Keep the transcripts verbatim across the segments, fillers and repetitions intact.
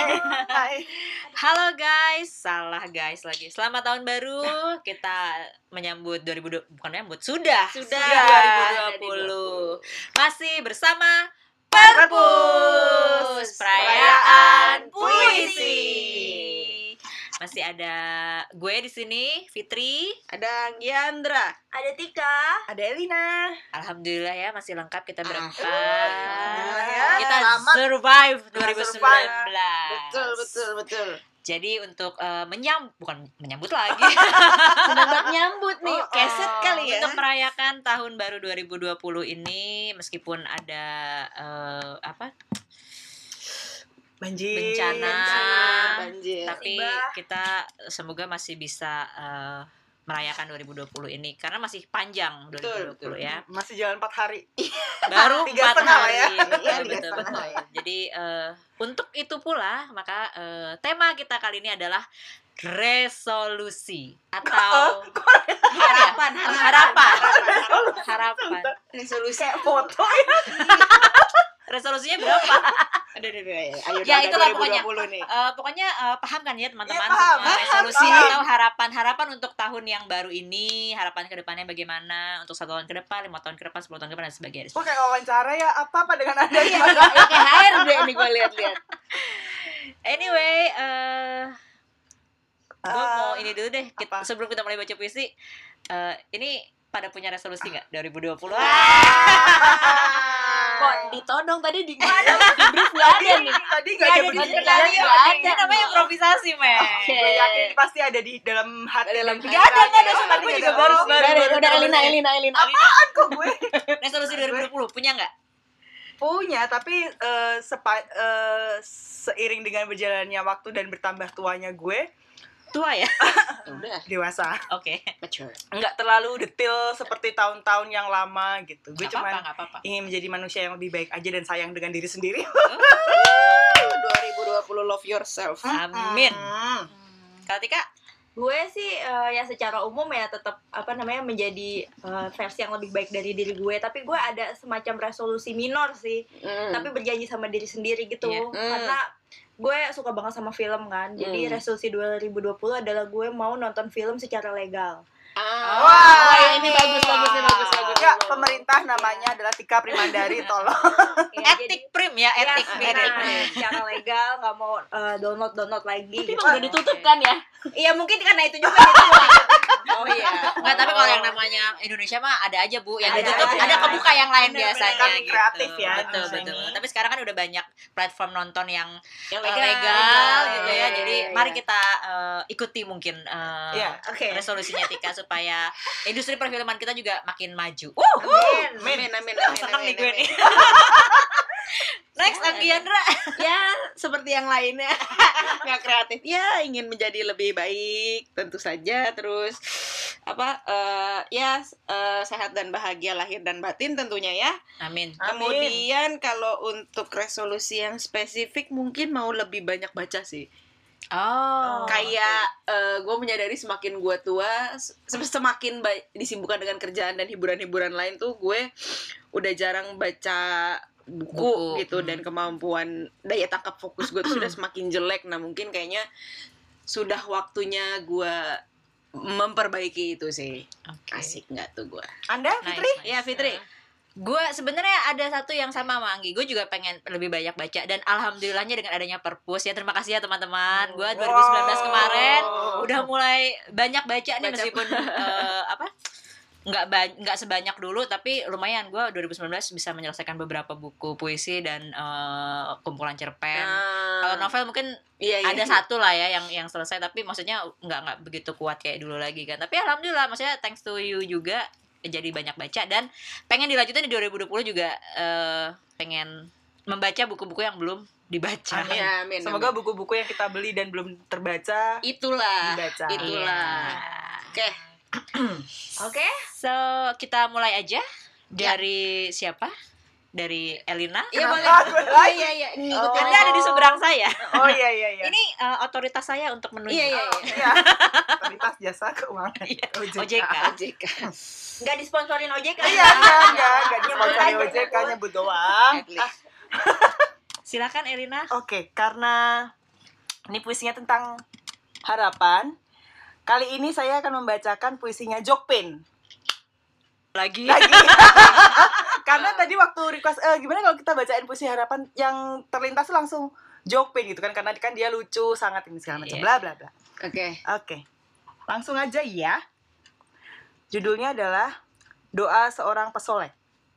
Hai. Halo guys, salah guys lagi. Selamat tahun baru. Kita menyambut dua ribu dua puluh, bukan menyambut, sudah. Sudah. dua ribu dua puluh. Masih bersama Perpus, perayaan puisi. Masih ada gue di sini, Fitri, Ada Giandra, Ada Tika, Ada Elina. alhamdulillah ya masih lengkap kita berempat. Alhamdulillah ya. Kita Selamat. survive dua ribu sembilan belas. betul betul betul. Jadi untuk uh, menyambut, bukan menyambut lagi, Sudah buat nyambut nih, Oh, oh. keset kali ya. untuk merayakan tahun baru dua ribu dua puluh ini, meskipun ada uh, apa Banjir. bencana, banjir. tapi Musibah. kita semoga masih bisa uh, merayakan dua ribu dua puluh ini karena masih panjang dua ribu dua puluh Betul, ya. Masih jalan empat hari. Baru Tiga empat setengah lah hari. ya. Betul, Iya, tiga betul, setengah. betul. Jadi uh, untuk itu pula maka uh, tema kita kali ini adalah resolusi atau Harapan, harapan harapan resolusi. Kayak foto ya. resolusinya berapa? Aduh, aduh, aduh, ayo. Ya, dong, itulah dua ribu dua puluh nih. Uh, pokoknya uh, paham kan ya teman-teman Iya, paham, uh, paham, resolusi paham. atau harapan-harapan untuk tahun yang baru ini, harapan ke depannya bagaimana untuk satu tahun ke depan, lima tahun ke depan, sepuluh tahun ke depan dan sebagainya. Oh, kayak wawancara ya. Apa-apa dengan Anda? Iya, kayak H R D nih gue lihat-lihat. Anyway, uh, gue Ah, mau ini dulu deh. Kita, apa? sebelum kita mulai baca puisi, uh, ini pada punya resolusi nggak dua ribu dua puluh? Kok ditodong tadi di di brief nggak ada nih. Tadi Nggak nggak ada ada di begitu. sini, nggak ada, ini nggak ada. namanya improvisasi, men. Oke. Gue yakin ini pasti ada di dalam hati. Dalam dan hati. Nggak ada, nggak ada, pikirannya. sumpah, Tadi gue nggak juga ada. baru- Oh, baru- Udah, baru- udah baru- Elina, baru- Elina, Elina. Apaan kok gue? Resolusi dua ribu dua puluh punya nggak? Punya, tapi eh, sepa, eh, seiring dengan berjalannya waktu dan bertambah tuanya gue, Tua ya? Udah, dewasa. Oke. mature. Nggak terlalu detail seperti tahun-tahun yang lama gitu. Gue Nggak apa-apa, cuma nggak apa-apa. ingin menjadi manusia yang lebih baik aja dan sayang dengan diri sendiri. dua ribu dua puluh love yourself. Amin. Hmm. Kalau Tika? gue sih eh, ya secara umum ya tetap apa namanya menjadi eh, versi yang lebih baik dari diri gue, tapi gue ada semacam resolusi minor sih, Hmm. tapi berjanji sama diri sendiri gitu. Iya. Hmm. Karena gue suka banget sama film kan, jadi Hmm. resolusi dua ribu dua puluh adalah gue mau nonton film secara legal. Ah, Wah, wah, ini bagus, bagus, ini bagus, bagus. Ya, pemerintah namanya adalah Tika Primandari, tolong. Ya, Etik prim ya, jadi, etik ya, prim. nah, secara legal, nggak mau eh, download download lagi. Tapi gitu. emang udah ditutup kan ya? Iya mungkin karena itu juga ditutup. Oh iya. Nggak, tapi kalau yang namanya Indonesia mah ada aja Bu, yang Ada ditutup, aja. ada kebuka yang lain Bener-bener biasanya kan gitu. kreatif ya Betul, Indonesia betul. ini. Tapi sekarang kan udah banyak platform nonton yang Yang uh, legal. legal gitu ya. Iya, Jadi iya, mari iya. kita uh, ikuti mungkin uh, Iya, Oke. resolusinya Tika supaya industri perfilman kita juga makin maju. Uh, Amin. Amin, amin, amin. seneng nih amin, gue amin. nih. Next, Anggiandra. Ya, seperti yang lainnya. Nggak kreatif. Ya, ingin menjadi lebih baik, tentu saja. Terus apa? eh, ya, eh, sehat dan bahagia lahir dan batin tentunya ya. Amin. Amin. Kemudian kalau untuk resolusi yang spesifik mungkin mau lebih banyak baca sih. Oh. Kayak gue menyadari semakin gue tua, se- semakin ba- disibukkan dengan kerjaan dan hiburan-hiburan lain tuh gue udah jarang baca buku, Buku, gitu hmm. dan kemampuan daya tangkap fokus gue tuh sudah semakin jelek. Nah mungkin kayaknya sudah waktunya gue memperbaiki itu sih. Oke. Asik nggak tuh gue? Anda, Nice, Fitri? nice. Ya, Fitri. Gue sebenarnya ada satu yang sama sama Anggi. Gue juga pengen lebih banyak baca dan alhamdulillahnya dengan adanya Perpus ya, terima kasih ya teman-teman. Gue dua ribu sembilan belas kemarin udah mulai banyak baca nih Baca. meskipun eh, apa nggak ba- nggak sebanyak dulu tapi lumayan. Gue dua ribu sembilan belas bisa menyelesaikan beberapa buku puisi dan eh, kumpulan cerpen. Kalau novel mungkin iya, iya, ada iya. satu lah ya yang yang selesai, tapi maksudnya nggak nggak begitu kuat kayak dulu lagi kan. Tapi alhamdulillah, maksudnya thanks to you juga jadi banyak baca dan pengen dilanjutin di dua ribu dua puluh juga, eh, pengen membaca buku-buku yang belum dibaca. Amin. Ya, amin, Semoga amin. buku-buku yang kita beli dan belum terbaca itulah, dibaca. itulah. Iya. Oke. Oke. So kita mulai aja dari siapa? Dari Elina. Iya boleh. Kenapa? Oh iya iya. Ngikutin Oh. Anda ada di seberang saya. Oh iya iya iya. Ini eh, otoritas saya untuk menunjuk. Iya iya iya. Iya. Otoritas Jasa Keuangan. O J K. O J K. O J K. Nggak disponsorin ojek kan? Iya enggak enggak enggak Nyebut disponsori aja, O J K nyebut. nyebut doang. At least. Silakan Elina. Oke, karena Ini puisinya tentang harapan. Kali ini saya akan membacakan puisinya Jokpin. Lagi. Lagi. Karena tadi waktu request eh, gimana kalau kita bacain puisi harapan yang terlintas tuh langsung Jokpin gitu kan, karena kan dia lucu sangat ini segala macam Iya. bla bla bla. Oke. Oke. Langsung aja ya. Judulnya adalah Doa Seorang Pesolek.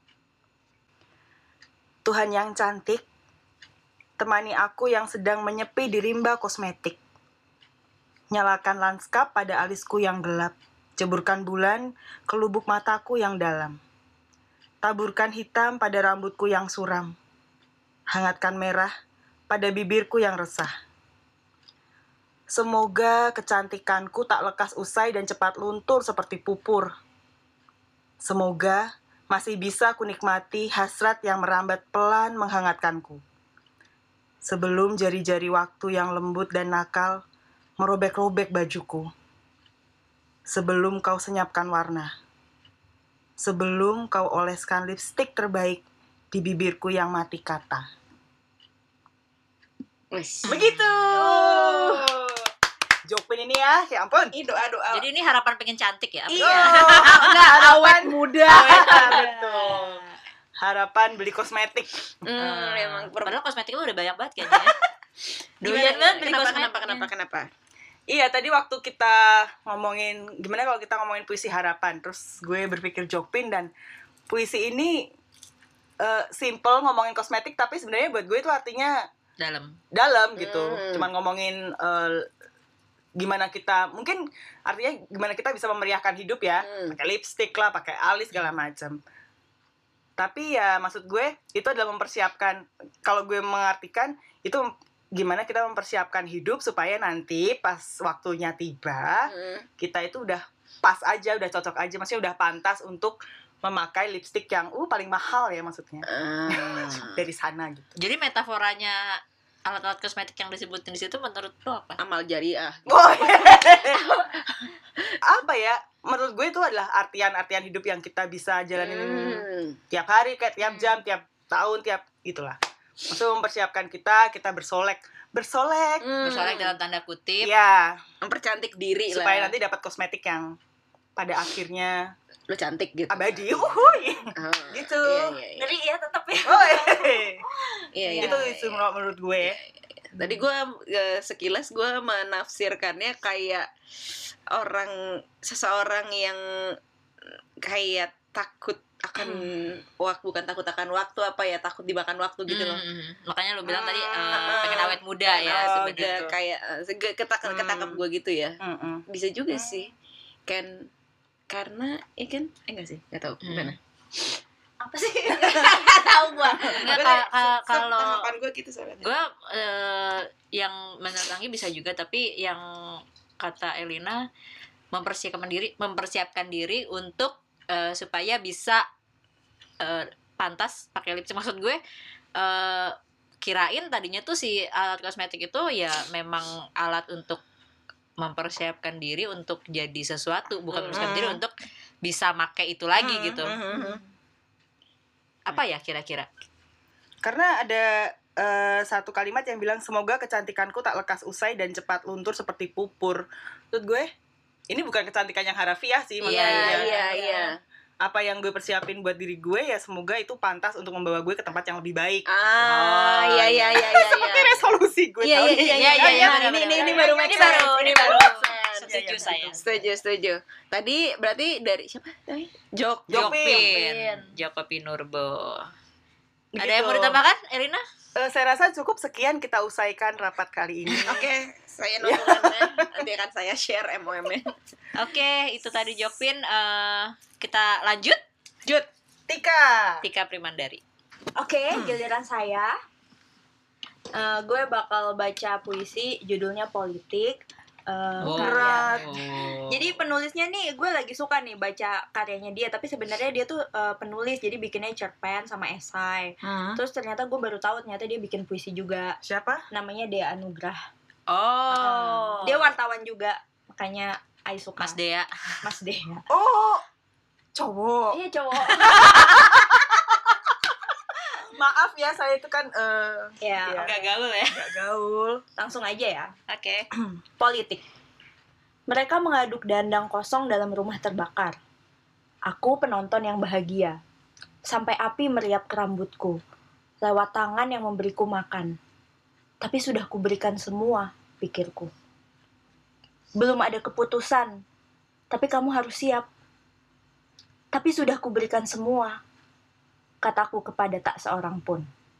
Tuhan yang cantik, temani aku yang sedang menyepi di rimba kosmetik. Nyalakan lanskap pada alisku yang gelap. Ceburkan bulan ke lubuk mataku yang dalam. Taburkan hitam pada rambutku yang suram. Hangatkan merah pada bibirku yang resah. Semoga kecantikanku tak lekas usai dan cepat luntur seperti pupur. Semoga masih bisa kunikmati hasrat yang merambat pelan menghangatkanku. Sebelum jari-jari waktu yang lembut dan nakal merobek-robek bajuku. Sebelum kau senyapkan warna. Sebelum kau oleskan lipstik terbaik di bibirku yang mati kata. Wes. Begitu. Jokpin ini ya, ya ampun. Ini doa-doa. Jadi ini harapan pengen cantik ya? Apa? Iya. Enggak, harapan muda. betul. Harapan beli kosmetik. Hmm, Ah, emang per- padahal kosmetik lu udah banyak banget kayaknya ya. Doyan banget beli kenapa, kosmetik. kenapa, kenapa, kenapa? Iya, tadi waktu kita ngomongin gimana kalau kita ngomongin puisi harapan, terus gue berpikir Jokpin dan puisi ini eh, simple ngomongin kosmetik, tapi sebenarnya buat gue itu artinya Dalam. dalam gitu. Hmm. Cuman ngomongin eh, gimana kita mungkin artinya gimana kita bisa memeriahkan hidup ya, Hmm. pakai lipstick lah, pakai alis segala macam. Tapi ya maksud gue itu adalah mempersiapkan, kalau gue mengartikan itu gimana kita mempersiapkan hidup supaya nanti pas waktunya tiba Hmm. kita itu udah pas aja, udah cocok aja, maksudnya udah pantas untuk memakai lipstick yang uh paling mahal ya maksudnya Ah. dari sana gitu. Jadi metaforanya alat-alat kosmetik yang disebutin di situ menurut lo apa? Amal jariah. Oh, apa ya? Menurut gue itu adalah artian-artian hidup yang kita bisa jalanin Hmm. tiap hari, kayak tiap jam, tiap tahun, tiap gitulah. Maksudnya mempersiapkan kita, kita bersolek, bersolek, Hmm. Bersolek dalam tanda kutip. ya Mempercantik diri supaya lah. nanti dapat kosmetik yang pada akhirnya Lo cantik gitu. abadi, uhuy, Ah, gitu. Iya, iya, iya. Ngeri ya tetap ya. Oh, Iya, iya, itu iya, itu iya. menurut menurut gue. Tadi gue sekilas gue menafsirkannya kayak orang seseorang yang kayak takut akan waktu, bukan takut akan waktu, apa ya, takut dimakan waktu gitu loh. Hmm, makanya lo bilang tadi eh, Ah. pengen awet muda ya Oh, sebenarnya. gitu. Udah kayak eh, ketak Hmm. ketangkap gue gitu ya. Mm-mm. Bisa juga sih. Kan karena ya kan eh enggak sih, enggak tahu Hmm. gimana. Apa sih? Nggak tahu gua. Enggak, ka- ka- kalau tanggapan gue gitu soalnya. gue eh, yang menerangi bisa juga, tapi yang kata Elina mempersiapkan diri mempersiapkan diri untuk eh, supaya bisa eh, pantas pakai lipstick. Maksud gue eh, kirain tadinya tuh si alat kosmetik itu ya memang alat untuk mempersiapkan diri untuk jadi sesuatu, bukan mempersiapkan diri untuk bisa make itu lagi Hmm, gitu. hmm, hmm. Apa ya kira-kira? Karena ada eh, satu kalimat yang bilang semoga kecantikanku tak lekas usai dan cepat luntur seperti pupur. Menurut gue ini bukan kecantikan yang harafiah sih, Iya, makanya Iya, iya. apa yang gue persiapin buat diri gue ya semoga itu pantas untuk membawa gue ke tempat yang lebih baik. Ah, Oh, iya, iya, iya, iya. Seperti resolusi gue Iya, tahun iya, ini. iya, iya, iya, iya. benar, Ini, benar, ini, ini benar. baru Ini make baru, sense, ini ini baru. make sense. Setuju Iya, iya, saya. Setuju, setuju. Tadi berarti dari siapa? Tadi? Jok. Jokpin. Jokpin, Jokopin Nurbo. Ada Begitu. yang mau ditambahkan, Elina? Eh, saya rasa cukup sekian kita usaikan rapat kali ini. Oke, saya notulennya. Nanti akan saya share M O M-nya. Oke, itu tadi Jokpin. Eh, kita lanjut. Jut. Tika. Tika Primandari. Oke, giliran saya. Eh, gue bakal baca puisi judulnya Politik. Eh, Oh. berat. Oh. Jadi penulisnya nih gue lagi suka nih baca karyanya dia, tapi sebenarnya dia tuh eh, penulis, jadi bikinnya cerpen sama esai. Hmm. Terus ternyata gue baru tahu ternyata dia bikin puisi juga. Siapa? Namanya Dea Anugrah. Oh. Dia wartawan juga, makanya I suka. Mas Dea. Mas Dea. Oh, cowok. Iya cowok. Maaf ya, saya itu kan eh Ya, Iya. Nggak gaul ya. nggak gaul. langsung aja ya. Oke. Politik. Mereka mengaduk dandang kosong dalam rumah terbakar. Aku penonton yang bahagia. Sampai api meriap ke rambutku. Lewat tangan yang memberiku makan. Tapi sudah kuberikan semua, pikirku. Belum ada keputusan. Tapi kamu harus siap. Tapi sudah kuberikan semua, kataku kepada tak seorang pun.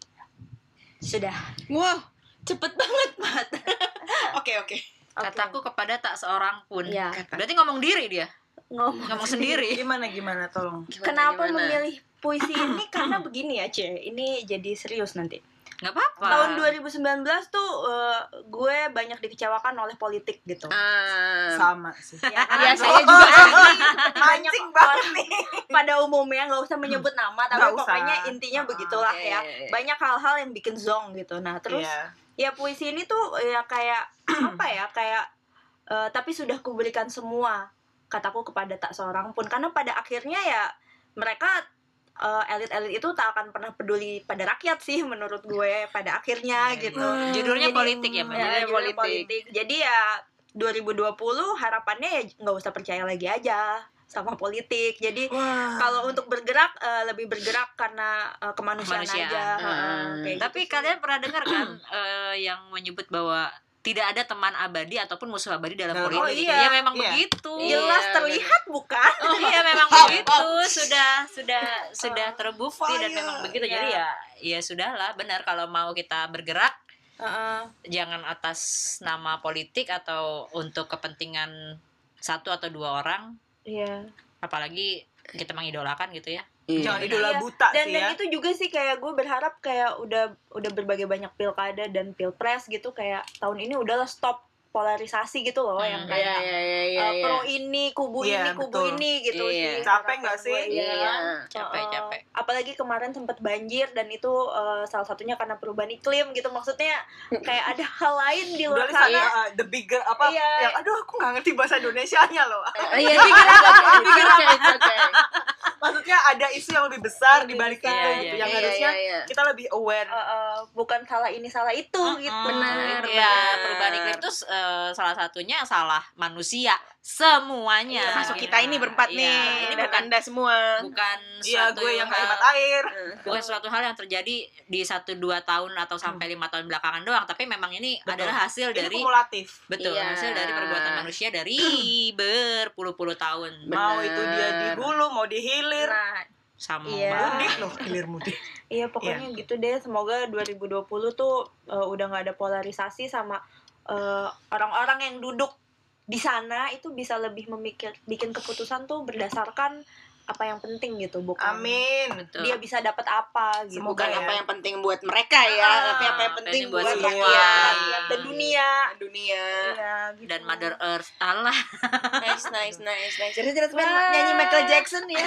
Sudah. Wow, cepet banget, Mat. Oke, oke. Kataku kepada tak seorang pun. Iya. Berarti ngomong diri dia. Ngomong. Ngomong sendiri. Gimana gimana tolong. Gimana, Kenapa gimana? memilih puisi ini? Karena begini ya, Ce. Ini jadi serius nanti. Nggak apa-apa. Tahun dua ribu sembilan belas tuh eh, gue banyak dikecewakan oleh politik gitu. Ah, Sama sih. Ya, ya kan? saya juga banyak Mancing banget orang nih. pada umumnya nggak usah menyebut nama, tapi Nggak usah. pokoknya intinya Ah, begitulah iya, ya. iya, iya. Banyak hal-hal yang bikin zong gitu. Nah, terus Iya. ya puisi ini tuh ya kayak apa ya, kayak eh, tapi sudah kuberikan semua, kataku kepada tak seorang pun. Karena pada akhirnya ya mereka eh, elit-elit itu tak akan pernah peduli pada rakyat sih menurut gue pada akhirnya gitu. Hmm. Judulnya Jadi, politik ya, Mbak? Ya, Judulnya judulnya politik. politik. Jadi ya dua ribu dua puluh harapannya ya nggak usah percaya lagi aja sama politik. Jadi Wah. kalau untuk bergerak eh, lebih bergerak karena eh, kemanusiaan, Kemanusiaan. aja. Hmm. Heeh, kayak Tapi gitu sih. kalian pernah dengar kan eh, yang menyebut bahwa tidak ada teman abadi ataupun musuh abadi dalam Dalam- politik. oh, iya. Ya memang Iya. begitu. jelas Iya, terlihat bukan? Oh iya memang Pop, begitu. pop. Sudah sudah sudah terbukti dan Fire. memang begitu. Iya. Jadi ya ya sudahlah, benar kalau mau kita bergerak Heeh. jangan atas nama politik atau untuk kepentingan satu atau dua orang, Iya. apalagi kita mengidolakan gitu ya. Jangan Iya. idola Iya. buta Dan sih dan ya. itu juga sih kayak gue berharap kayak udah udah berbagai banyak pilkada dan pilpres gitu, kayak tahun ini udahlah stop polarisasi gitu loh, Hmm, yang Iya, kayak iya, iya, iya, uh, iya. pro ini kubu Iya, ini kubu betul. ini gitu Iya. sih. Capek harapan nggak gue, sih? iya. Iya. Capek, Uh, capek. apalagi kemarin sempat banjir dan itu uh, salah satunya karena perubahan iklim gitu, maksudnya kayak ada hal lain di Udah luar di sana. sana uh, the bigger apa Iya. yang aduh aku nggak ngerti bahasa Indonesianya loh. Oh, iya, pikir apa? Pikir apa? It's okay. Maksudnya ada isu yang lebih besar di Lebih balik itu besar. gitu Iya, yang iya, harusnya iya, iya. kita lebih aware. Uh, uh, bukan salah ini salah itu gitu. Benar, Ya, benar. perubahan iklim itu eh, salah satunya salah manusia semuanya. Iya, Masuk kita ini berempat Iya, nih. Ini Dan bukan Anda semua. bukan Iya, suatu gue yang hal- hemat air. bukan suatu hal yang terjadi di satu dua tahun atau sampai lima tahun belakangan doang, tapi memang ini Betul. adalah hasil Ini dari kumulatif. betul Iya. hasil dari perbuatan manusia dari berpuluh-puluh tahun. Benar. Mau itu dia di hulu, mau di hilir. Nah, Sama Iya. banget. Mudik loh, hilir mudik. iya pokoknya gitu deh. Semoga dua ribu dua puluh tuh uh, udah nggak ada polarisasi sama uh, orang-orang yang duduk di sana itu bisa lebih memikir bikin keputusan tuh berdasarkan apa yang penting gitu, bukan Amin. Betul. dia bisa dapat apa gitu. Semoga Bukan ya. apa yang penting buat mereka ya, Ah, tapi apa yang penting penting buat buat semua. rakyat Rakyat dan dunia. dunia. Iya, gitu. Dan Mother Earth Allah. Nice, nice, nice, nice. Jadi jelas banget Wah. nyanyi Michael Jackson ya.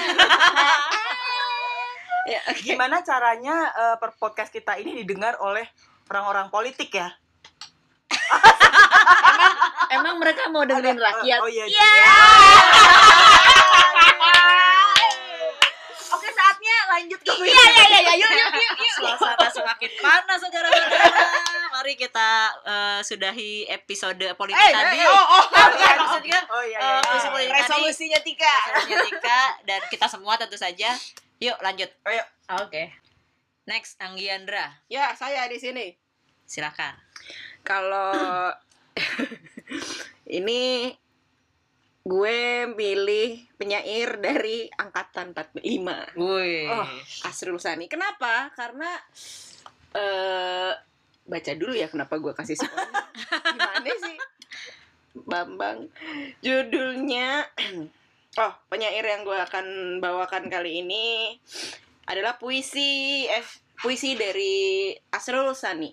Ya, oke. Gimana caranya eh, per podcast kita ini didengar oleh orang-orang politik ya? Emang mereka mau dengerin rakyat? Oh iya. Oke, saatnya lanjut ke Iya, iya, iya, iya, yuk, yuk, yuk, yuk. Suasana semakin panas saudara-saudara. Mari kita eh, sudahi episode politik Eh, tadi. eh, oh, oh, Bukan, bukan. maksudnya Oh iya, eh, iya. puisi iya. politik tadi. Resolusinya Tika. Resolusinya Tika dan kita semua tentu saja. Yuk lanjut. Ayo. Oke. Next Anggiandra, Ya, saya di sini. silakan. Kalau ini gue pilih penyair dari angkatan empat puluh lima. Woi. Oh. Asrul Sani. Kenapa? Karena eh baca dulu ya kenapa gue kasih spoiler. Gimana sih? Bambang. Judulnya oh, penyair yang gue akan bawakan kali ini adalah puisi eh puisi dari Asrul Sani.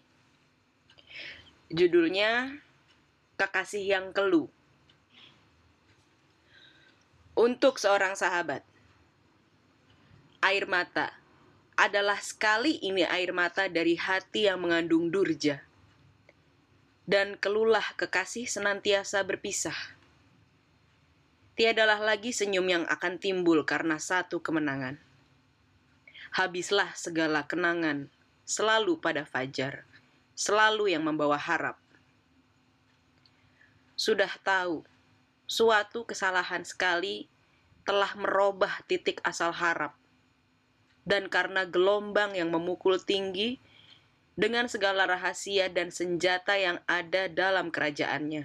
Judulnya Kekasih yang Keluh. Untuk seorang sahabat. Air mata adalah sekali ini air mata dari hati yang mengandung durja. Dan keluhlah kekasih senantiasa berpisah. Tiadalah lagi senyum yang akan timbul karena satu kemenangan. Habislah segala kenangan, selalu pada fajar, selalu yang membawa harap. Sudah tahu, suatu kesalahan sekali telah merubah titik asal harap. Dan karena gelombang yang memukul tinggi, dengan segala rahasia dan senjata yang ada dalam kerajaannya,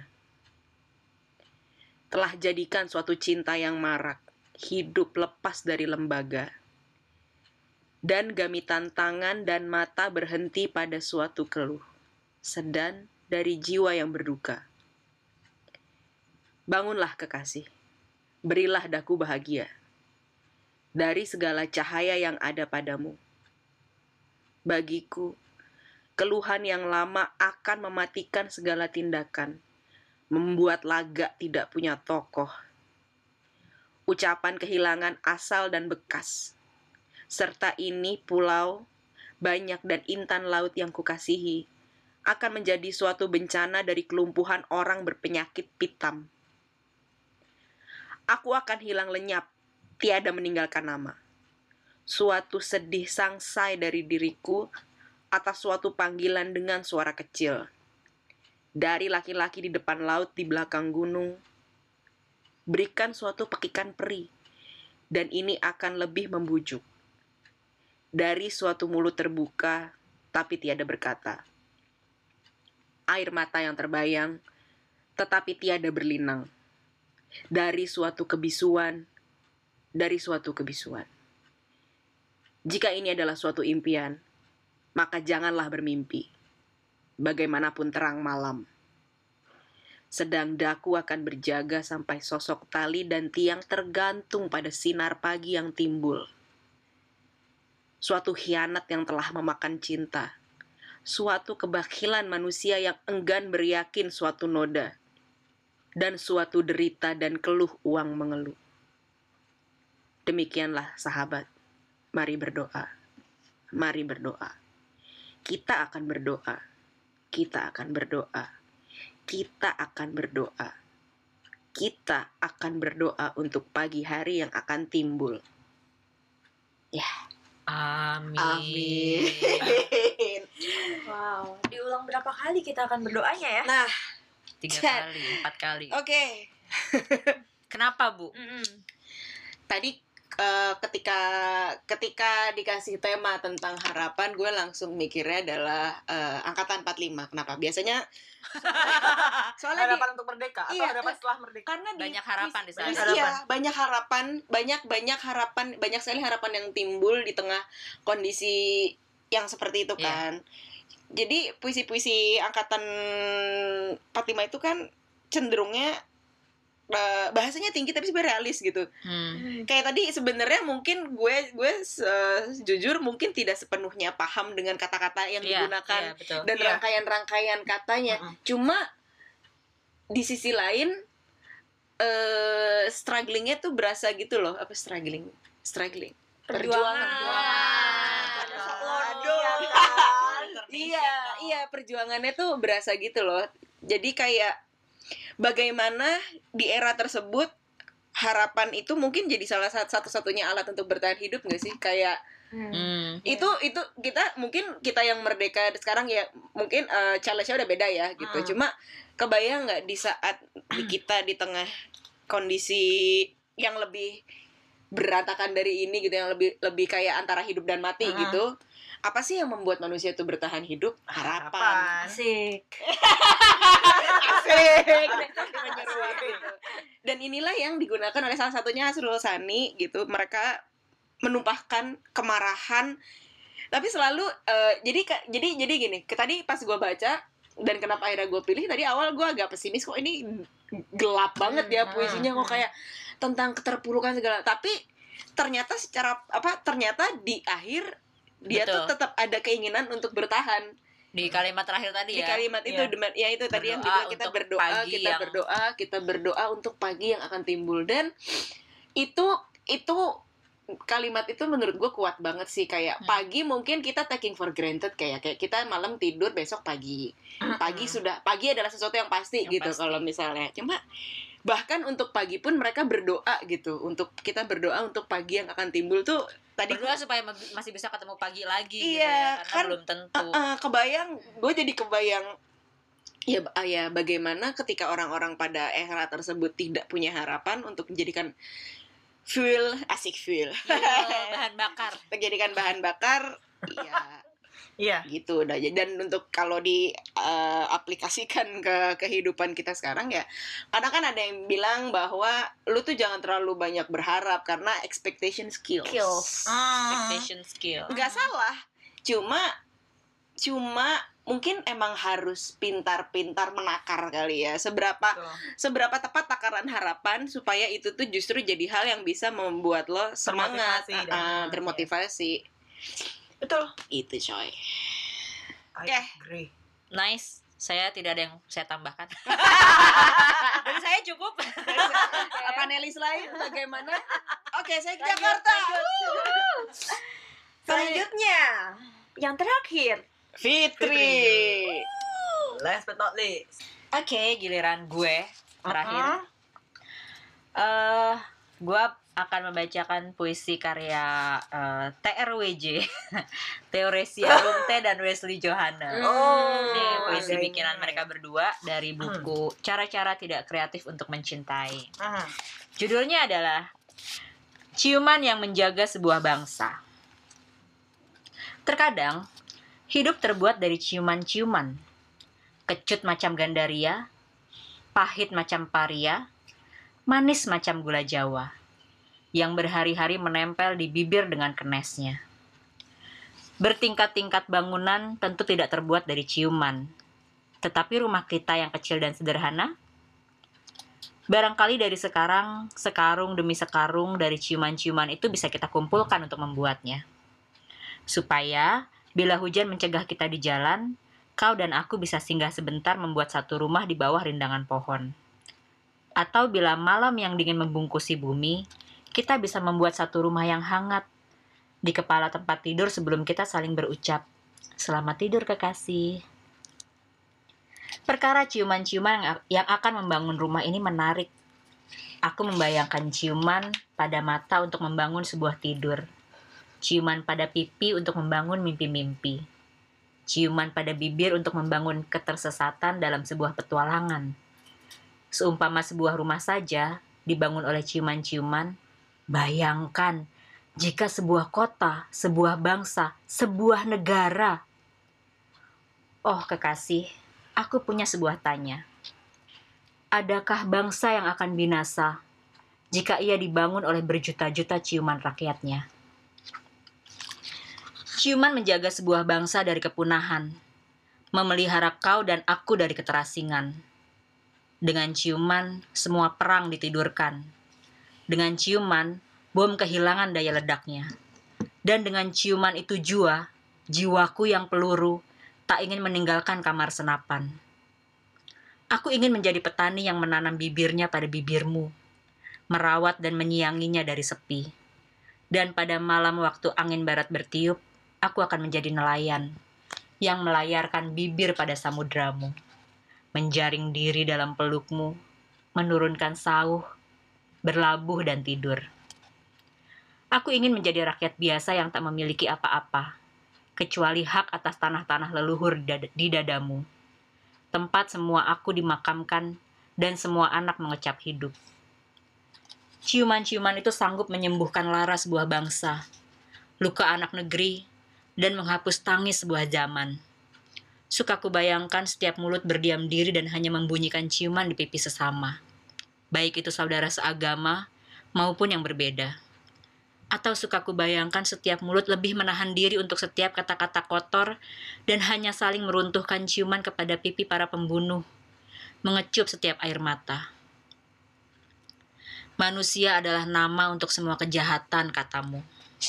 telah jadikan suatu cinta yang marak, hidup lepas dari lembaga. Dan gamitan tangan dan mata berhenti pada suatu keluh, sedan dari jiwa yang berduka. Bangunlah kekasih, berilah daku bahagia dari segala cahaya yang ada padamu. Bagiku, keluhan yang lama akan mematikan segala tindakan, membuat laga tidak punya tokoh. Ucapan kehilangan asal dan bekas, serta ini pulau, banyak dan intan laut yang kukasihi, akan menjadi suatu bencana dari kelumpuhan orang berpenyakit pitam. Aku akan hilang lenyap, tiada meninggalkan nama. Suatu sedih sangsai dari diriku atas suatu panggilan dengan suara kecil. Dari laki-laki di depan laut di belakang gunung, berikan suatu pekikan peri, dan ini akan lebih membujuk. Dari suatu mulut terbuka, tapi tiada berkata. Air mata yang terbayang, tetapi tiada berlinang. Dari suatu kebisuan, dari suatu kebisuan. Jika ini adalah suatu impian, maka janganlah bermimpi, bagaimanapun terang malam. Sedang daku akan berjaga sampai sosok tali dan tiang tergantung pada sinar pagi yang timbul. Suatu khianat yang telah memakan cinta, suatu kebakilan manusia yang enggan beryakin suatu noda, dan suatu derita dan keluh uang mengeluh. Demikianlah sahabat, mari berdoa, mari berdoa. Kita akan berdoa, kita akan berdoa, kita akan berdoa, kita akan berdoa untuk pagi hari yang akan timbul. Ya. Amin. Amin. Wow, diulang berapa kali kita akan berdoanya ya? Nah, Tiga Chat. kali, empat kali. oke. Kenapa, Bu? Mm-mm. Tadi eh, ketika ketika dikasih tema tentang harapan, gue langsung mikirnya adalah eh, angkatan empat puluh lima. Kenapa? Biasanya soalnya di, Harapan untuk merdeka atau Iya, harapan setelah merdeka? karena di Banyak harapan di sana. Iya, Banyak harapan. banyak harapan, banyak banyak harapan, banyak sekali harapan yang timbul di tengah kondisi yang seperti itu Iya. kan. Jadi puisi-puisi angkatan empat puluh lima itu kan cenderungnya eh, bahasanya tinggi tapi sebenarnya realis gitu. Hmm. Kayak tadi sebenarnya mungkin gue gue se- jujur mungkin tidak sepenuhnya paham dengan kata-kata yang Iya, digunakan iya, betul. dan Iya. rangkaian-rangkaian katanya. Mm-mm. Cuma di sisi lain eh strugglingnya tuh berasa gitu loh. Apa struggling? Struggling. Perjuangan. Perjuangan. Aduh. Iya, iya perjuangannya tuh berasa gitu loh. Jadi kayak bagaimana di era tersebut harapan itu mungkin jadi salah satu satu-satunya alat untuk bertahan hidup nggak sih? Kayak Hmm. itu itu kita mungkin kita yang merdeka sekarang ya mungkin eh, challenge-nya udah beda ya gitu. Hmm. Cuma kebayang nggak di saat di kita di tengah kondisi yang lebih berantakan dari ini gitu, yang lebih lebih kayak antara hidup dan mati Hmm. gitu. Apa sih yang membuat manusia itu bertahan hidup? Harapan. Asik. Asik. Menyeruak gitu. Dan inilah yang digunakan oleh salah satunya Hasrul Sani gitu. Mereka menumpahkan kemarahan, tapi selalu eh, jadi ka- jadi jadi gini. ke- Tadi pas gue baca dan kenapa akhirnya gue pilih, tadi awal gue agak pesimis, kok ini gelap banget ya puisinya, kok kayak tentang keterpurukan segala. Tapi ternyata secara apa? Ternyata di akhir dia Betul. tuh tetap ada keinginan untuk bertahan. Di kalimat terakhir tadi Di ya. kalimat itu Iya. dema- ya itu tadi yang Berdoa dibilang kita untuk berdoa, pagi kita yang- berdoa, kita berdoa untuk pagi yang akan timbul. Dan itu itu kalimat itu menurut gue kuat banget sih. Kayak Hmm. pagi mungkin kita taking for granted, kayak kayak kita malam tidur besok pagi. Pagi sudah pagi adalah sesuatu yang pasti Yang gitu pasti. kalau misalnya. Cuma bahkan untuk pagi pun mereka berdoa gitu. Untuk kita berdoa untuk pagi yang akan timbul tuh tadi berdoa supaya ma- masih bisa ketemu pagi lagi gitu Iya, ya, karena kan, belum tentu. uh, uh, kebayang, gue jadi kebayang ya, ba- ya bagaimana ketika orang-orang pada era tersebut tidak punya harapan untuk menjadikan fuel, asik fuel, Iya, bahan bakar. menjadikan bahan bakar, iya. Iya. Gitu udah. Dan untuk kalau di uh, aplikasikan ke kehidupan kita sekarang ya, kadang kan ada yang bilang bahwa lu tuh jangan terlalu banyak berharap karena expectation skills. Skills. Expectation skill. Nggak salah, cuma cuma mungkin emang harus pintar-pintar menakar kali ya, seberapa Betul. seberapa tepat takaran harapan supaya itu tuh justru jadi hal yang bisa membuat lo semangat, Termotivasi dan uh, semangat, termotivasi. Betul. Itu coy. I Oke. agree. Nice. Saya tidak ada yang saya tambahkan. Dari saya cukup. Panelis lain bagaimana? Oke, saya ke Jakarta. Selanjutnya, yang terakhir. Fitri. Last but not least. Oke, giliran gue terakhir. Uh-uh. Eh, gue akan membacakan puisi karya eh, T R W J, Theoresia Rumte dan Wesley Johanna. Oh, Ini puisi ada bikinan ini. mereka berdua dari buku Cara-Cara Tidak Kreatif untuk Mencintai. Uh-huh. Judulnya adalah Ciuman yang Menjaga Sebuah Bangsa. Terkadang, hidup terbuat dari ciuman-ciuman. Kecut macam gandaria, pahit macam paria, manis macam gula Jawa, yang berhari-hari menempel di bibir dengan kenesnya. Bertingkat-tingkat bangunan tentu tidak terbuat dari ciuman, tetapi rumah kita yang kecil dan sederhana, barangkali dari sekarang, sekarung demi sekarung dari ciuman-ciuman itu bisa kita kumpulkan untuk membuatnya. Supaya, bila hujan mencegah kita di jalan, kau dan aku bisa singgah sebentar membuat satu rumah di bawah rindangan pohon. Atau bila malam yang dingin membungkusi bumi, kita bisa membuat satu rumah yang hangat di kepala tempat tidur sebelum kita saling berucap, "Selamat tidur, kekasih." Perkara ciuman-ciuman yang, yang akan membangun rumah ini menarik. Aku membayangkan ciuman pada mata untuk membangun sebuah tidur. Ciuman pada pipi untuk membangun mimpi-mimpi. Ciuman pada bibir untuk membangun ketersesatan dalam sebuah petualangan. Seumpama sebuah rumah saja dibangun oleh ciuman-ciuman, bayangkan jika sebuah kota, sebuah bangsa, sebuah negara. Oh kekasih, aku punya sebuah tanya. Adakah bangsa yang akan binasa jika ia dibangun oleh berjuta-juta ciuman rakyatnya? Ciuman menjaga sebuah bangsa dari kepunahan, memelihara kau dan aku dari keterasingan. Dengan ciuman, semua perang ditidurkan. Dengan ciuman, bom kehilangan daya ledaknya. Dan dengan ciuman itu jua, jiwaku yang peluru, tak ingin meninggalkan kamar senapan. Aku ingin menjadi petani yang menanam bibirnya pada bibirmu, merawat dan menyianginya dari sepi. Dan pada malam waktu angin barat bertiup, aku akan menjadi nelayan yang melayarkan bibir pada samudramu, menjaring diri dalam pelukmu, menurunkan sauh, berlabuh dan tidur. Aku ingin menjadi rakyat biasa yang tak memiliki apa-apa, kecuali hak atas tanah-tanah leluhur di dadamu. Tempat semua aku dimakamkan dan semua anak mengecap hidup. Ciuman-ciuman itu sanggup menyembuhkan lara sebuah bangsa, luka anak negeri, dan menghapus tangis sebuah zaman. Suka kubayangkan setiap mulut berdiam diri dan hanya membunyikan ciuman di pipi sesama, baik itu saudara seagama maupun yang berbeda. Atau suka kubayangkan setiap mulut lebih menahan diri untuk setiap kata-kata kotor dan hanya saling meruntuhkan ciuman kepada pipi para pembunuh, mengecup setiap air mata. Manusia adalah nama untuk semua kejahatan, katamu.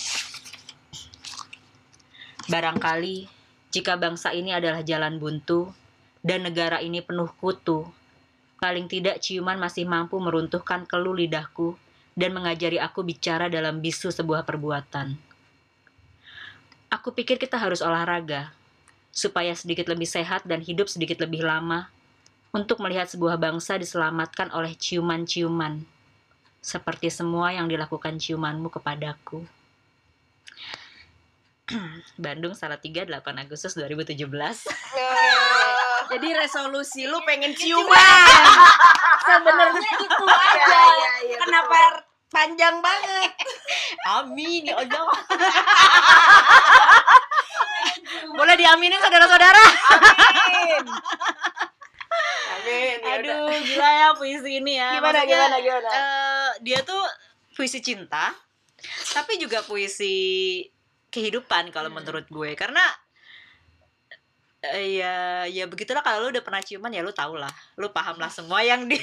Barangkali, jika bangsa ini adalah jalan buntu dan negara ini penuh kutu, paling tidak ciuman masih mampu meruntuhkan keluh lidahku dan mengajari aku bicara dalam bisu sebuah perbuatan. Aku pikir kita harus olahraga, supaya sedikit lebih sehat dan hidup sedikit lebih lama, untuk melihat sebuah bangsa diselamatkan oleh ciuman-ciuman, seperti semua yang dilakukan ciumanmu kepadaku. Bandung Salatiga delapan Agustus dua ribu tujuh belas. Jadi resolusi lu pengen ciuman. Sebenarnya itu aja. Iya, iya, iya, kenapa panjang banget? Amin ya Allah. Boleh diaminin saudara-saudara. Amin. Amin. Ya udah. Aduh, gila ya puisi ini ya. Gimana, Maksudnya, gimana, gimana? eh, dia tuh puisi cinta, tapi juga puisi kehidupan kalau menurut gue. Karena eh, ya ya begitulah, kalau lu udah pernah ciuman ya lu tau lah, lu paham lah semua yang di.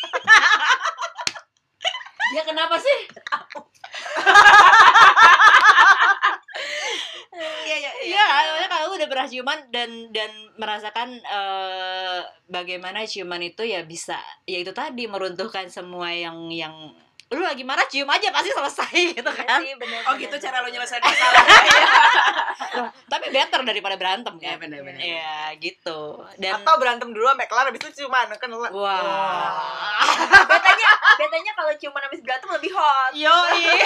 Dia kenapa sih? Iya, iya, Iya, maksudnya kalau lu udah pernah ciuman dan dan merasakan eh, bagaimana ciuman itu ya bisa, ya itu tadi meruntuhkan semua yang yang lu lagi marah, cium aja pasti selesai gitu kan. Iya sih, bener, Oh bener, gitu bener. cara lo nyelesain masalah. Tapi better daripada berantem Iya, kan. bener-bener. Iya, gitu. Dan Atau berantem dulu sampai kelar habis itu ciuman kan. wah. Betanya, betanya kalau ciuman habis berantem lebih hot. Yoi.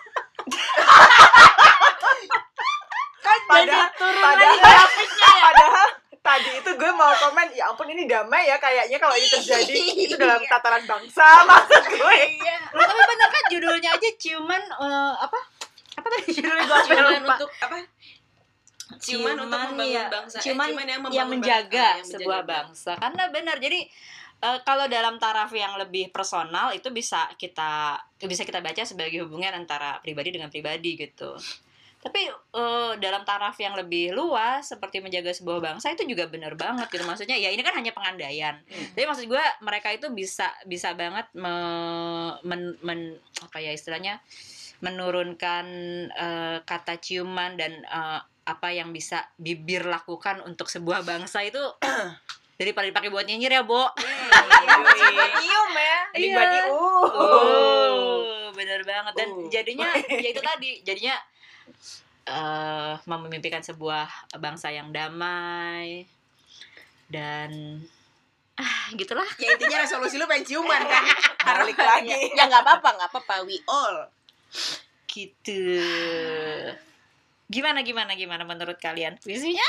Kan padahal padahal padahal tadi itu gue mau komen, ya ampun ini damai ya kayaknya kalau ini terjadi. Itu dalam tataran bangsa maksud gue. Loh, tapi bener kan judulnya aja ciuman eh, apa? Apa tadi judulnya gue sampai Ciuman lupa. untuk apa? Ciuman untuk membangun ya, bangsa. Eh, Ciuman ciuman yang yang, membangun menjaga bangsa, yang sebuah menjaga bangsa. Karena benar. Jadi eh, kalau dalam taraf yang lebih personal itu bisa kita bisa kita baca sebagai hubungan antara pribadi dengan pribadi gitu. Tapi eh, dalam taraf yang lebih luas seperti menjaga sebuah bangsa itu juga benar banget gitu. Maksudnya ya ini kan hanya pengandaian. Hmm. Jadi maksud gue mereka itu bisa bisa banget me- men, men- apa ya istilahnya menurunkan eh, kata ciuman dan eh, apa yang bisa bibir lakukan untuk sebuah bangsa itu daripada dipakai buat nyinyir ya, Bo. Nyium ya. Ini Iya. buat di uh. Oh, bener banget. Dan Uh. jadinya ya itu tadi, jadinya eh memimpikan sebuah bangsa yang damai dan ah gitulah. Ya intinya resolusi lu pengen ciuman kan. Balik lagi. Ya nggak apa-apa, nggak apa-apa. We all. Gitu. Gimana gimana gimana menurut kalian puisinya?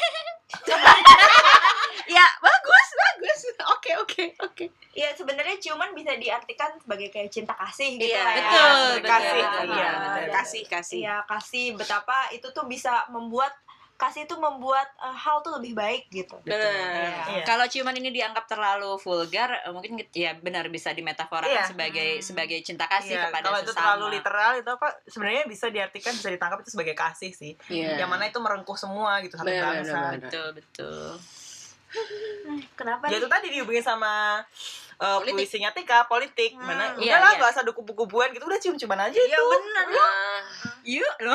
Ya bagus, bagus. Oke, oke, oke. Ya sebenarnya ciuman bisa diartikan sebagai kayak cinta kasih gitu Iya, lah ya. betul, betul. Kasih, Iya, iya, betul. Kasih, kasih. Iya, kasih betapa itu tuh bisa membuat kasih itu membuat uh, hal tuh lebih baik gitu. Benar. Iya. Kalau ciuman ini dianggap terlalu vulgar, eh, mungkin ya benar bisa dimetaforakan Iya. sebagai sebagai cinta kasih Iya, kepada kalau itu sesama. terlalu literal itu apa sebenarnya bisa diartikan, bisa ditangkap itu sebagai kasih sih. Iya. Yang mana itu merengkuh semua gitu satu Benar, bangsa. benar, Betul betul. Kenapa Ya nih? itu tadi dihubungin sama uh, Politik. puisinya Tika, politik. Hmm, Mana iya, udahlah iya. nggak usah ada kubu-kubuan gitu, udah cium-ciuman aja Iya itu. benar. Nah, Yuk loh.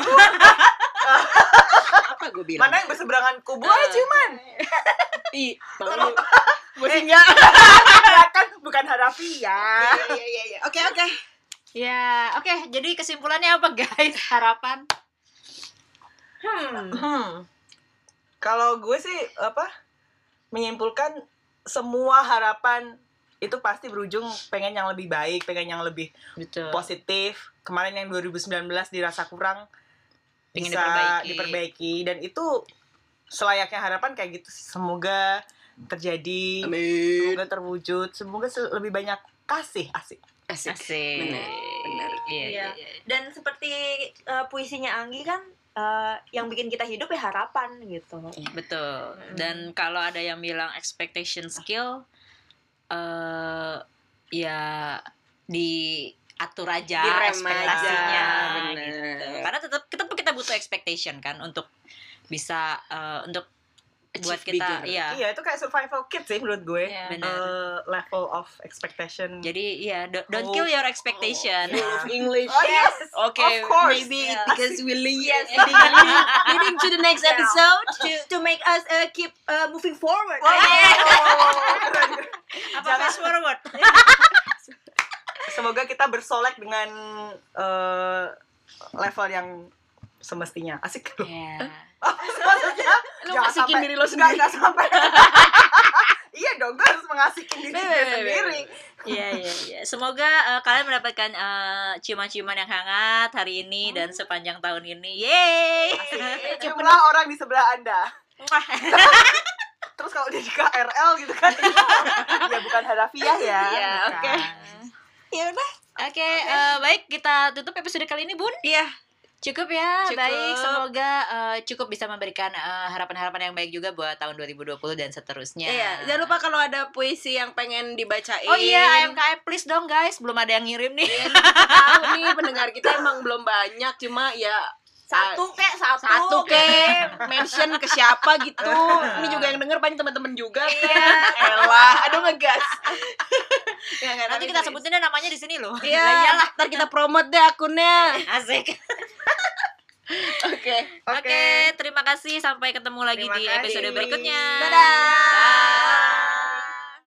apa gue bilang? Mana yang berseberangan kubu aja ciuman. Ih, mau gue singgah. Ya kan bukan harafiah. Iya, iya, iya. Oke, oke. Ya, oke. Jadi kesimpulannya apa guys? Harapan. Hmm. Hmm. Kalau gue sih apa menyimpulkan semua harapan itu pasti berujung pengen yang lebih baik, pengen yang lebih Betul. positif. Kemarin yang dua ribu sembilan belas dirasa kurang Pengen bisa diperbaiki. diperbaiki. Dan itu selayaknya harapan kayak gitu sih. Semoga terjadi, Amin. semoga terwujud, semoga se- lebih banyak kasih, asik. Asik. Asik. Benar, benar. Iya, iya, Iya. iya. Dan seperti uh, puisinya Anggi kan uh, yang bikin kita hidup ya harapan gitu. Betul. Dan kalau ada yang bilang expectation skill, eh ya diatur aja Direm ekspektasinya. aja, Gitu. bener. Karena tetap kita kita butuh expectation kan untuk bisa eh, untuk buat Achieve kita, bigger. iya. Iya, itu kayak survival kit sih menurut gue. Iya. Benar. Eh, level of expectation. Jadi iya, do- don't Oh. kill your expectation. Full of English. Oh, yes. Okay, Of course. maybe Yes. because we lead, Yes. leading, leading, leading to the next Yeah. episode. to to make us uh, keep uh, moving forward. Wow. Keren. Apa Jangan- fast forward? Semoga kita bersolek dengan eh, level yang semestinya. Asik loh. Iya. Maksudnya Lu jangan asikin sampai- diri lo Nggak, sendiri. nggak sampai. Iya dong, gue harus mengasikin diri gue Bener, bener, sendiri. Iya, iya, iya. Semoga semoga uh, kalian mendapatkan uh, ciuman-ciuman yang hangat hari ini dan sepanjang tahun ini. Yeay. Jumlah orang di sebelah Anda. Terus kalau dia di K R L gitu kan. Ya bukan harafiah ya. Iya, oke. Ya udah. Oke, uh, baik kita tutup episode kali ini, Bun. Iya. Cukup ya, Cukup. baik. Semoga uh, cukup bisa memberikan uh, harapan-harapan yang baik juga buat tahun dua ribu dua puluh dan seterusnya. Iya, jangan lupa kalau ada puisi yang pengen dibacain. Oh iya, A M K M please dong guys, belum ada yang ngirim nih. Iya, kita tahu nih pendengar kita emang belum banyak, cuma ya Satu kek, satu, satu kek mention ke siapa gitu. Ini juga yang denger banyak teman-teman juga. Iya. Elah, aduh ngegas. Ya, nggak, Nanti tapi kita serius. sebutin deh namanya di sini loh. Iya, Lah iyalah. ntar kita promote deh akunnya. Asik. Oke. Oke, terima kasih. Sampai ketemu lagi Terima di kasih. episode berikutnya. Dadah.